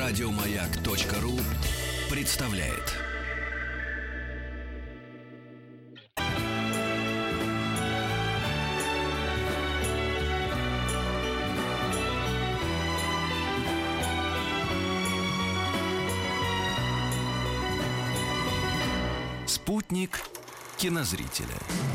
Радиомаяк.ру представляет. Спутник кинозрителя.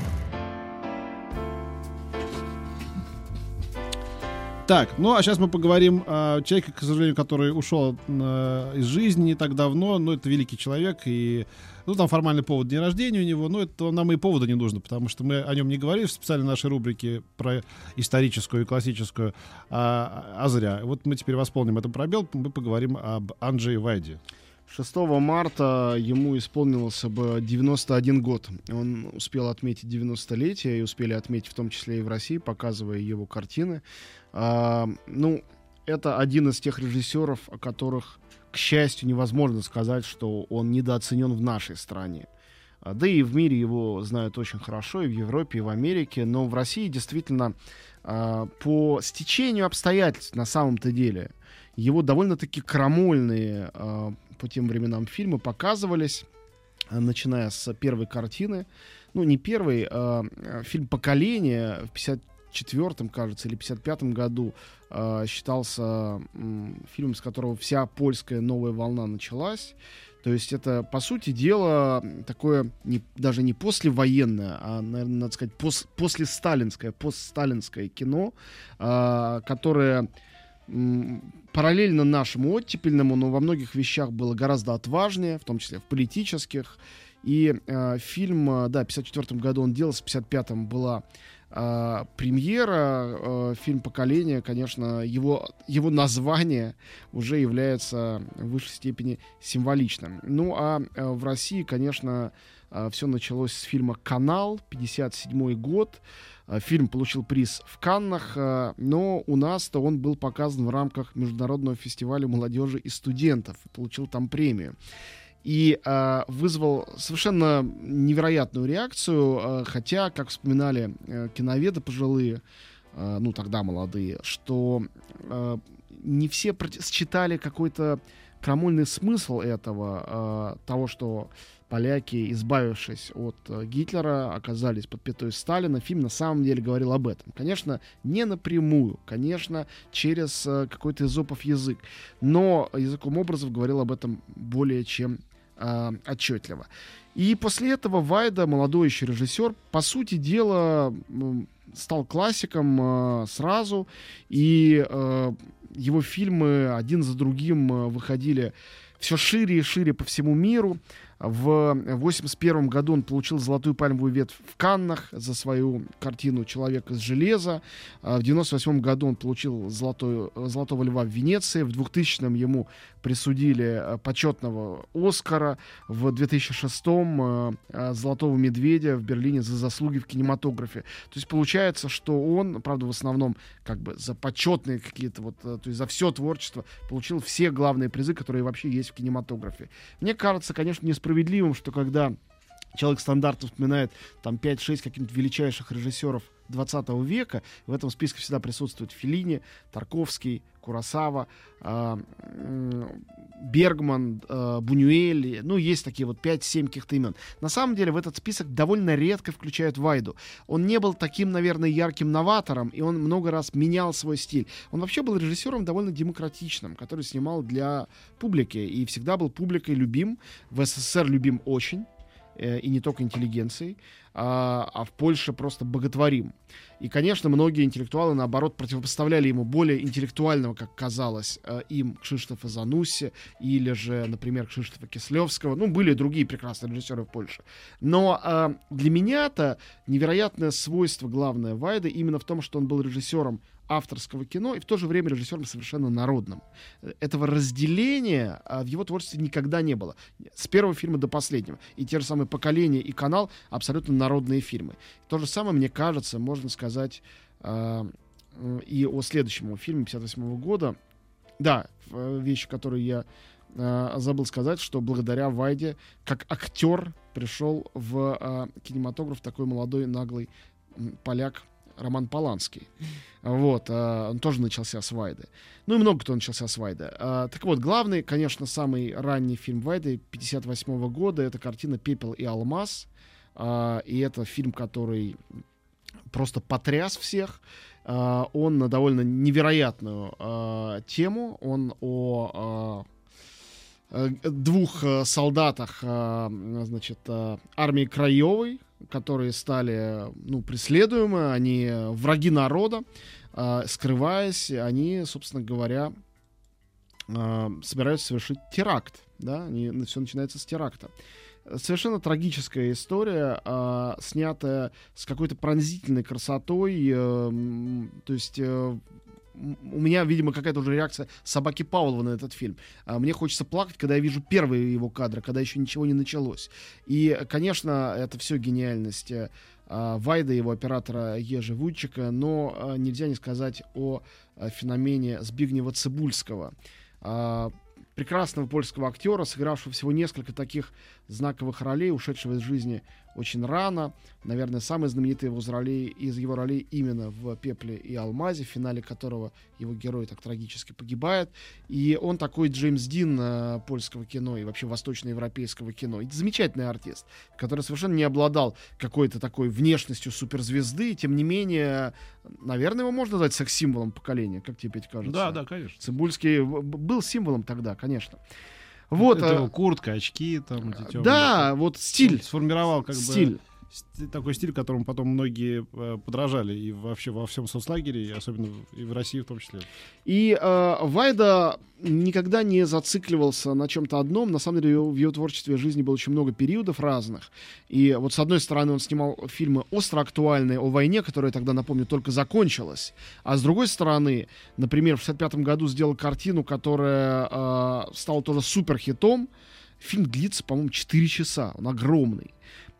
Так, ну а сейчас мы поговорим о человеке, к сожалению, который ушел из жизни не так давно. Ну, это великий человек, и там формальный повод дня рождения у него. Но это нам и повода не нужно, потому что мы о нем не говорили в специальной нашей рубрике про историческую и классическую, а зря. Вот мы теперь восполним этот пробел, мы поговорим об Анджее Вайде. 6 марта ему исполнился бы 91 год. Он успел отметить 90-летие, и успели отметить в том числе и в России, показывая его картины. Это один из тех режиссеров, о которых, к счастью, невозможно сказать, что он недооценен в нашей стране. Да и в мире его знают очень хорошо, и в Европе, и в Америке. Но в России действительно по стечению обстоятельств на самом-то деле его довольно-таки крамольные по тем временам фильмы показывались, начиная с первой картины. Не первый, фильм «Поколение» в 54-м, кажется, или 55-м году считался фильмом, с которого вся польская новая волна началась. То есть это, по сути дела, такое даже не послевоенное, а, наверное, надо сказать, постсталинское кино, которое параллельно нашему оттепельному, но во многих вещах было гораздо отважнее, в том числе в политических. И фильм, в 54 году он делался, в 55-м была премьера. Фильм «Поколение», конечно, его название уже является в высшей степени символичным. В России, конечно, все началось с фильма «Канал», 57-й год. Фильм получил приз в Каннах, но у нас-то он был показан в рамках Международного фестиваля молодежи и студентов. Получил там премию. И вызвал совершенно невероятную реакцию, хотя, как вспоминали киноведы пожилые, тогда молодые, что не все считали какой-то крамольный смысл этого, того, что поляки, избавившись от Гитлера, оказались под пятой Сталина. Фильм на самом деле говорил об этом. Конечно, не напрямую, конечно, через какой-то эзопов язык, но языком образов говорил об этом более чем отчетливо. И после этого Вайда, молодой еще режиссер, по сути дела, стал классиком сразу, и его фильмы один за другим выходили все шире и шире по всему миру. В 1981 году он получил «Золотую пальмовую ветвь» в Каннах за свою картину «Человек из железа». В 1998 году он получил «Золотого льва» в Венеции. В 2000-м ему присудили почетного «Оскара». В 2006-м «Золотого медведя» в Берлине за заслуги в кинематографе. То есть получается, что он, правда, в основном за почетные какие-то то есть за все творчество получил все главные призы, которые вообще есть в кинематографе. Мне кажется, конечно, несправедливым, что когда человек стандарта вспоминает 5-6 каких-то величайших режиссеров 20 века, в этом списке всегда присутствуют Феллини, Тарковский, Куросава, Бергман, Бунюэль. Есть такие 5-7 каких-то имен. На самом деле в этот список довольно редко включают Вайду. Он не был таким, наверное, ярким новатором, и он много раз менял свой стиль. Он вообще был режиссером довольно демократичным, который снимал для публики, и всегда был публикой любим. В СССР любим очень, и не только интеллигенцией, а в Польше просто боготворим. И, конечно, многие интеллектуалы, наоборот, противопоставляли ему более интеллектуального, как казалось, им Кшиштофа Занусси или же, например, Кшиштофа Кислевского. Были другие прекрасные режиссеры в Польше. Но для меня-то невероятное свойство главное Вайды именно в том, что он был режиссером авторского кино и в то же время режиссером совершенно народным. Этого разделения в его творчестве никогда не было. С первого фильма до последнего. И те же самые «Поколение» и «Канал» абсолютно народные фильмы. То же самое, мне кажется, можно сказать и о следующем фильме 58 года. Да, вещь, которую я забыл сказать, что благодаря Вайде как актер пришел в кинематограф такой молодой, наглый поляк Роман Поланский. Вот, он тоже начался с Вайды. Ну и много кто начался с Вайды. Так вот, главный, конечно, самый ранний фильм Вайды 1958 года — это картина «Пепел и алмаз». И это фильм, который просто потряс всех. Он на довольно невероятную тему. Он о двух солдатах, значит, армии Краевой, которые стали, ну, преследуемы, они враги народа, скрываясь, они, собственно говоря, собираются совершить теракт, да, все начинается с теракта. Совершенно трагическая история, снятая с какой-то пронзительной красотой, то есть у меня, видимо, какая-то уже реакция собаки Павлова на этот фильм. Мне хочется плакать, когда я вижу первые его кадры, когда еще ничего не началось. И, конечно, это все гениальность Вайды, его оператора Ежи Вуйчика, но нельзя не сказать о феномене Збигнева Цибульского, прекрасного польского актера, сыгравшего всего несколько таких знаковых ролей, ушедшего из жизни очень рано. Наверное, самая знаменитая из его ролей именно в «Пепле и алмазе», в финале которого его герой так трагически погибает. И он такой Джеймс Дин польского кино и вообще восточноевропейского кино. И замечательный артист, который совершенно не обладал какой-то такой внешностью суперзвезды. Тем не менее, наверное, его можно назвать секс-символом поколения. Как тебе, Петь, кажется? Да, конечно. Цибульский был символом тогда, конечно. Вот, это его куртка, очки, там, да, вот стиль. Он сформировал как стиль. бы такой стиль, которому потом многие подражали и вообще во всем соцлагере, и особенно и в России в том числе. И Вайда никогда не зацикливался на чем-то одном. На самом деле в его творчестве и жизни было очень много периодов разных. И вот с одной стороны он снимал фильмы остро актуальные о войне, которая тогда, напомню, только закончилась. А с другой стороны, например, в 1965 году сделал картину, которая стала тоже суперхитом. Фильм длится, по-моему, 4 часа. Он огромный.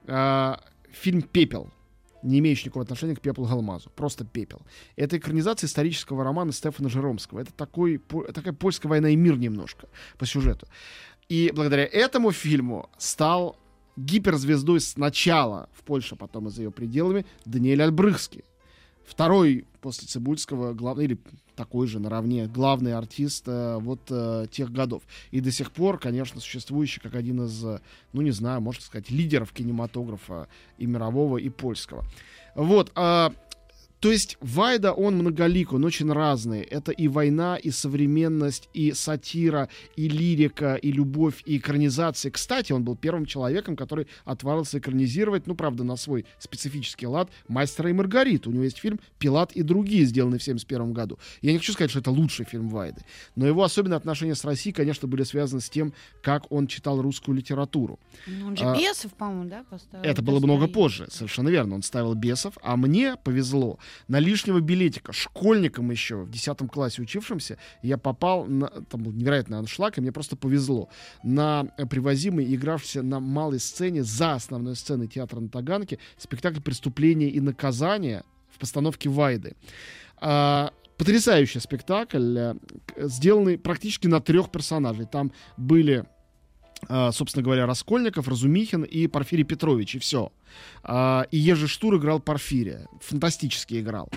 Фильм «Пепел», не имеющий никакого отношения к «Пеплу и алмазу», просто «Пепел». Это экранизация исторического романа Стефана Жеромского. Это такая польская «Война и мир» немножко по сюжету. И благодаря этому фильму стал гиперзвездой сначала в Польше, потом и за ее пределами Даниэль Альбрыхский. Второй после Цибульского, главный, или такой же наравне, главный артист тех годов. И до сих пор, конечно, существующий как один из, ну не знаю, можно сказать, лидеров кинематографа и мирового, и польского. Вот, то есть Вайда, он многолик, он очень разный. Это и война, и современность, и сатира, и лирика, и любовь, и экранизация. Кстати, он был первым человеком, который отважился экранизировать, ну, правда, на свой специфический лад, «Мастера и Маргариту». У него есть фильм «Пилат и другие», сделанный в 1971 году. Я не хочу сказать, что это лучший фильм Вайды, но его особенные отношения с Россией, конечно, были связаны с тем, как он читал русскую литературу. Он же «Бесов», по-моему, да, поставил? Это было много позже, совершенно верно. Он ставил «Бесов», а мне повезло. На лишнего билетика, школьником еще, в 10 классе учившимся, я попал, там был невероятный аншлаг, и мне просто повезло, на привозимый, игравшийся на малой сцене, за основной сценой театра на Таганке, спектакль «Преступление и наказание» в постановке Вайды. Потрясающий спектакль, сделанный практически на 3 персонажей. Там были, собственно говоря, Раскольников, Разумихин и Порфирий Петрович, и все. И Ежи Штур играл Порфирия. Фантастически играл.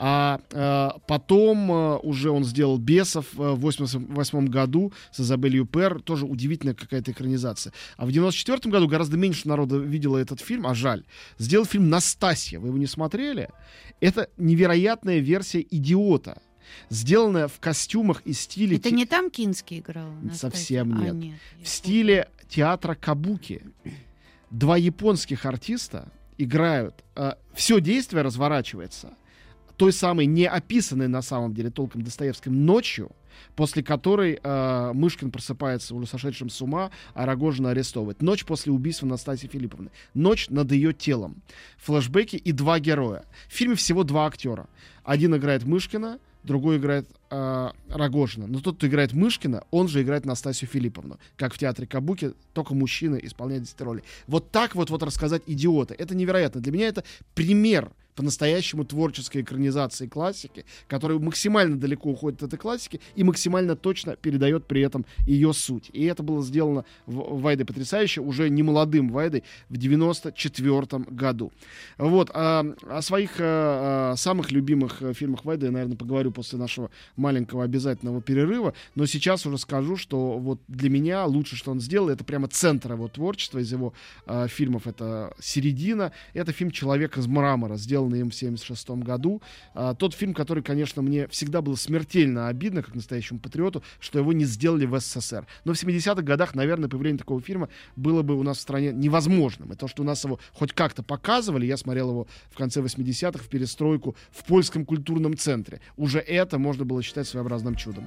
Потом уже он сделал «Бесов» в 1988 году с Изабель Юпер. Тоже удивительная какая-то экранизация. А в 1994 году гораздо меньше народа видело этот фильм, а жаль. Сделал фильм «Настасья». Вы его не смотрели? Это невероятная версия «Идиота», сделанная в костюмах и стиле... Это не там Кинский играл? Совсем нет. Нет. В стиле театра кабуки. 2 японских артиста играют. Все действие разворачивается той самой не описанной на самом деле толком Достоевским ночью, после которой Мышкин просыпается уже сошедшим с ума, а Рогожина арестовывает. Ночь после убийства Настасьи Филипповны. Ночь над ее телом. Флэшбэки и 2 героя. В фильме всего 2 актера. Один играет Мышкина, другой играет Рогожина. Но тот, кто играет Мышкина, он же играет Настасью Филипповну. Как в театре кабуки, только мужчина исполняет эти роли. Вот так вот рассказать «Идиота». Это невероятно. Для меня это пример по-настоящему творческой экранизации классики, которая максимально далеко уходит от этой классики и максимально точно передает при этом ее суть. И это было сделано Вайдой потрясающе, уже не молодым Вайдой, в 94 году. Вот. О своих самых любимых фильмах Вайды я, наверное, поговорю после нашего маленького обязательного перерыва, но сейчас уже скажу, что вот для меня лучше, что он сделал, это прямо центр его творчества, из его фильмов это середина, это фильм «Человек из мрамора», сделанный им в 1976 году. Тот фильм, который, конечно, мне всегда было смертельно обидно, как настоящему патриоту, что его не сделали в СССР. Но в 70-х годах, наверное, появление такого фильма было бы у нас в стране невозможным. И то, что у нас его хоть как-то показывали, я смотрел его в конце 80-х, в перестройку, в Польском культурном центре. Уже это можно было считать своеобразным чудом.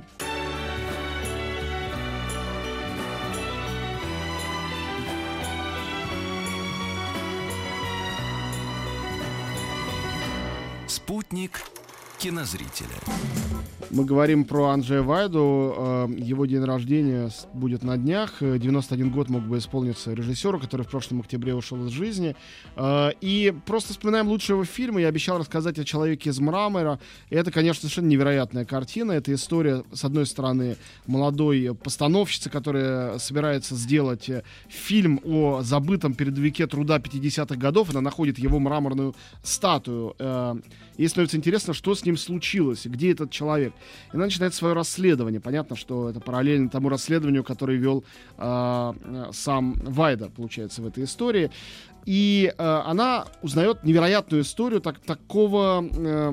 Спутник кинозрителя. Мы говорим про Анджея Вайду. Его день рождения будет на днях. 91 год мог бы исполниться режиссеру, который в прошлом октябре ушел из жизни. И просто вспоминаем лучшие его фильмы. Я обещал рассказать о «Человеке из мрамора». И это, конечно, совершенно невероятная картина. Это история, с одной стороны, молодой постановщицы, которая собирается сделать фильм о забытом передовике труда 50-х годов. Она находит его мраморную статую. Ей становится интересно, что с ним случилось, где этот человек. И она начинает свое расследование. Понятно, что это параллельно тому расследованию, которое вел сам Вайда, получается, в этой истории. И она узнает невероятную историю такого,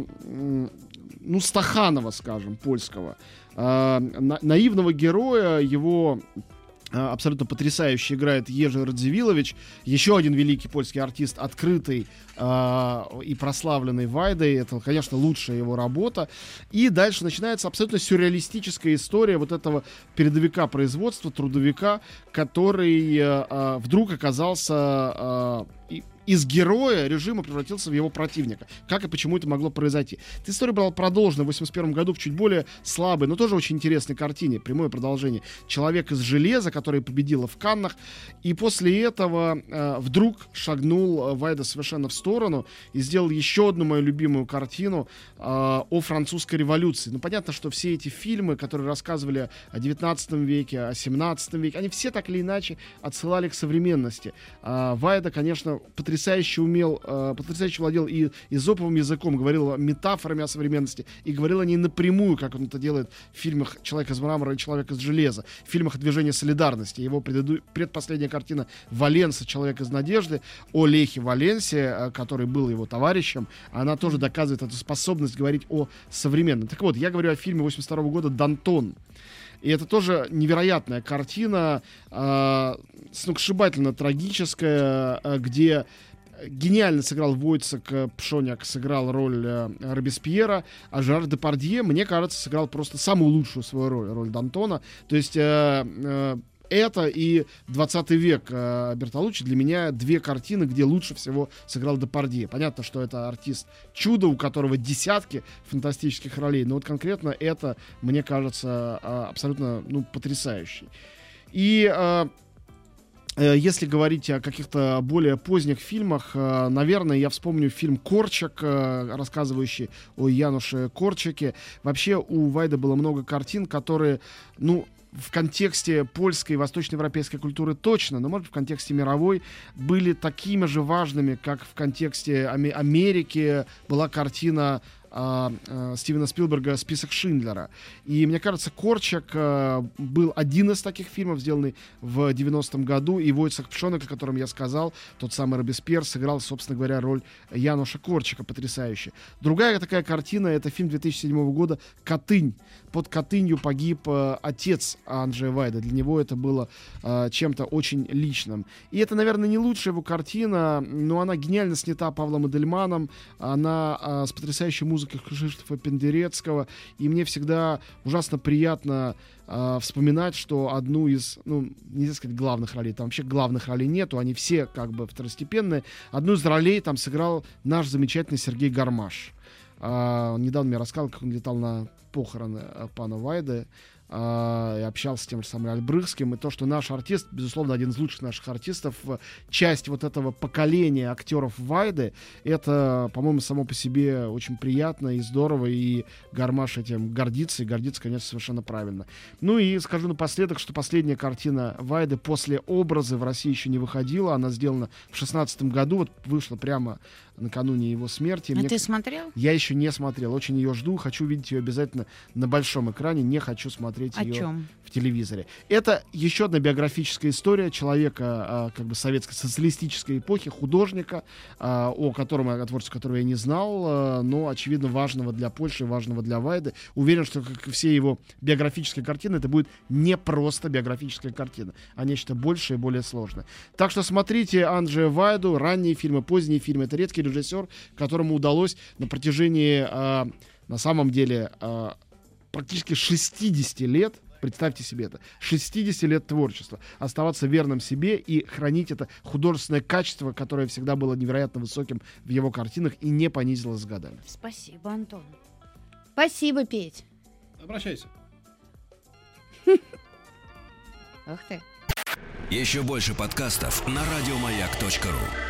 Стаханова, скажем, польского. Наивного героя, его абсолютно потрясающе играет Ежи Радзивиллович, еще один великий польский артист, открытый и прославленный Вайдой. Это, конечно, лучшая его работа. И дальше начинается абсолютно сюрреалистическая история вот этого передовика производства, трудовика, который вдруг оказался из героя режима превратился в его противника. Как и почему это могло произойти? Эта история была продолжена в 1981 году в чуть более слабой, но тоже очень интересной картине. Прямое продолжение. «Человек из железа», который победила в Каннах. И после этого вдруг шагнул Вайда совершенно в сторону и сделал еще одну мою любимую картину о французской революции. Ну, понятно, что все эти фильмы, которые рассказывали о 19 веке, о 17 веке, они все так или иначе отсылали к современности. Вайда, конечно, потрясающе владел и эзоповым языком, говорил метафорами о современности и говорил о ней напрямую, как он это делает в фильмах «Человек из мрамора» и «Человек из железа», в фильмах «Движение солидарности». Его предпоследняя картина «Валенса. Человек из надежды» о Лехе Валенсе, который был его товарищем, она тоже доказывает эту способность говорить о современном. Так вот, я говорю о фильме 1982 года «Дантон». И это тоже невероятная картина, сногсшибательно трагическая, где гениально сыграл Войцек Пшоняк, сыграл роль Робеспьера, а Жерар Депардье, мне кажется, сыграл просто самую лучшую свою роль Д'Антона. То есть это и 20 век Бертолуччи для меня две картины, где лучше всего сыграл Депардье. Понятно, что это артист чудо, у которого десятки фантастических ролей, но вот конкретно это, мне кажется, абсолютно потрясающий. И если говорить о каких-то более поздних фильмах, наверное, я вспомню фильм «Корчак», рассказывающий о Януше Корчаке. Вообще у Вайда было много картин, которые, в контексте польской и восточноевропейской культуры точно, но, может быть, в контексте мировой были такими же важными, как в контексте Америки была картина Стивена Спилберга «Список Шиндлера». И мне кажется, «Корчак» был один из таких фильмов, сделанный в 90-м году, и Войцех Пшонек, о котором я сказал, тот самый Робеспьер, сыграл, собственно говоря, роль Януша Корчака потрясающе. Другая такая картина — это фильм 2007 года «Катынь». Под Катынью погиб отец Анджея Вайда. Для него это было чем-то очень личным. И это, наверное, не лучшая его картина, но она гениально снята Павлом Эдельманом, она с потрясающей музыкой Кшиштофа Пендерецкого, и мне всегда ужасно приятно вспоминать, что одну из, нельзя сказать главных ролей, там вообще главных ролей нету, они все как бы второстепенные, одну из ролей там сыграл наш замечательный Сергей Гармаш. Он недавно мне рассказал, как он летал на похороны пана Вайды. и общался с тем же самым Альбрыхским, и то, что наш артист, безусловно, один из лучших наших артистов, часть вот этого поколения актеров Вайды, это, по-моему, само по себе очень приятно и здорово, и Гармаш этим гордится, и гордится, конечно, совершенно правильно. Ну и скажу напоследок, что последняя картина Вайды после «Образы» в России еще не выходила, она сделана в 2016 году, вот вышла прямо накануне его смерти. А ты смотрел? Я еще не смотрел, очень ее жду, хочу видеть ее обязательно на большом экране, не хочу смотреть О ее чем? в телевизоре. Это еще одна биографическая история человека как бы советской социалистической эпохи, художника, о творчестве которого я не знал, но, очевидно, важного для Польши, важного для Вайды. Уверен, что, как и все его биографические картины, это будет не просто биографическая картина, а нечто большее и более сложное. Так что смотрите Анджея Вайду, ранние фильмы, поздние фильмы. Это редкий режиссер, которому удалось на протяжении, на самом деле, практически 60 лет, представьте себе это, 60 лет творчества, оставаться верным себе и хранить это художественное качество, которое всегда было невероятно высоким в его картинах и не понизилось с годами. Спасибо, Антон. Спасибо, Петь. Обращайся. Ах ты. Еще больше подкастов на радиомаяк.ру.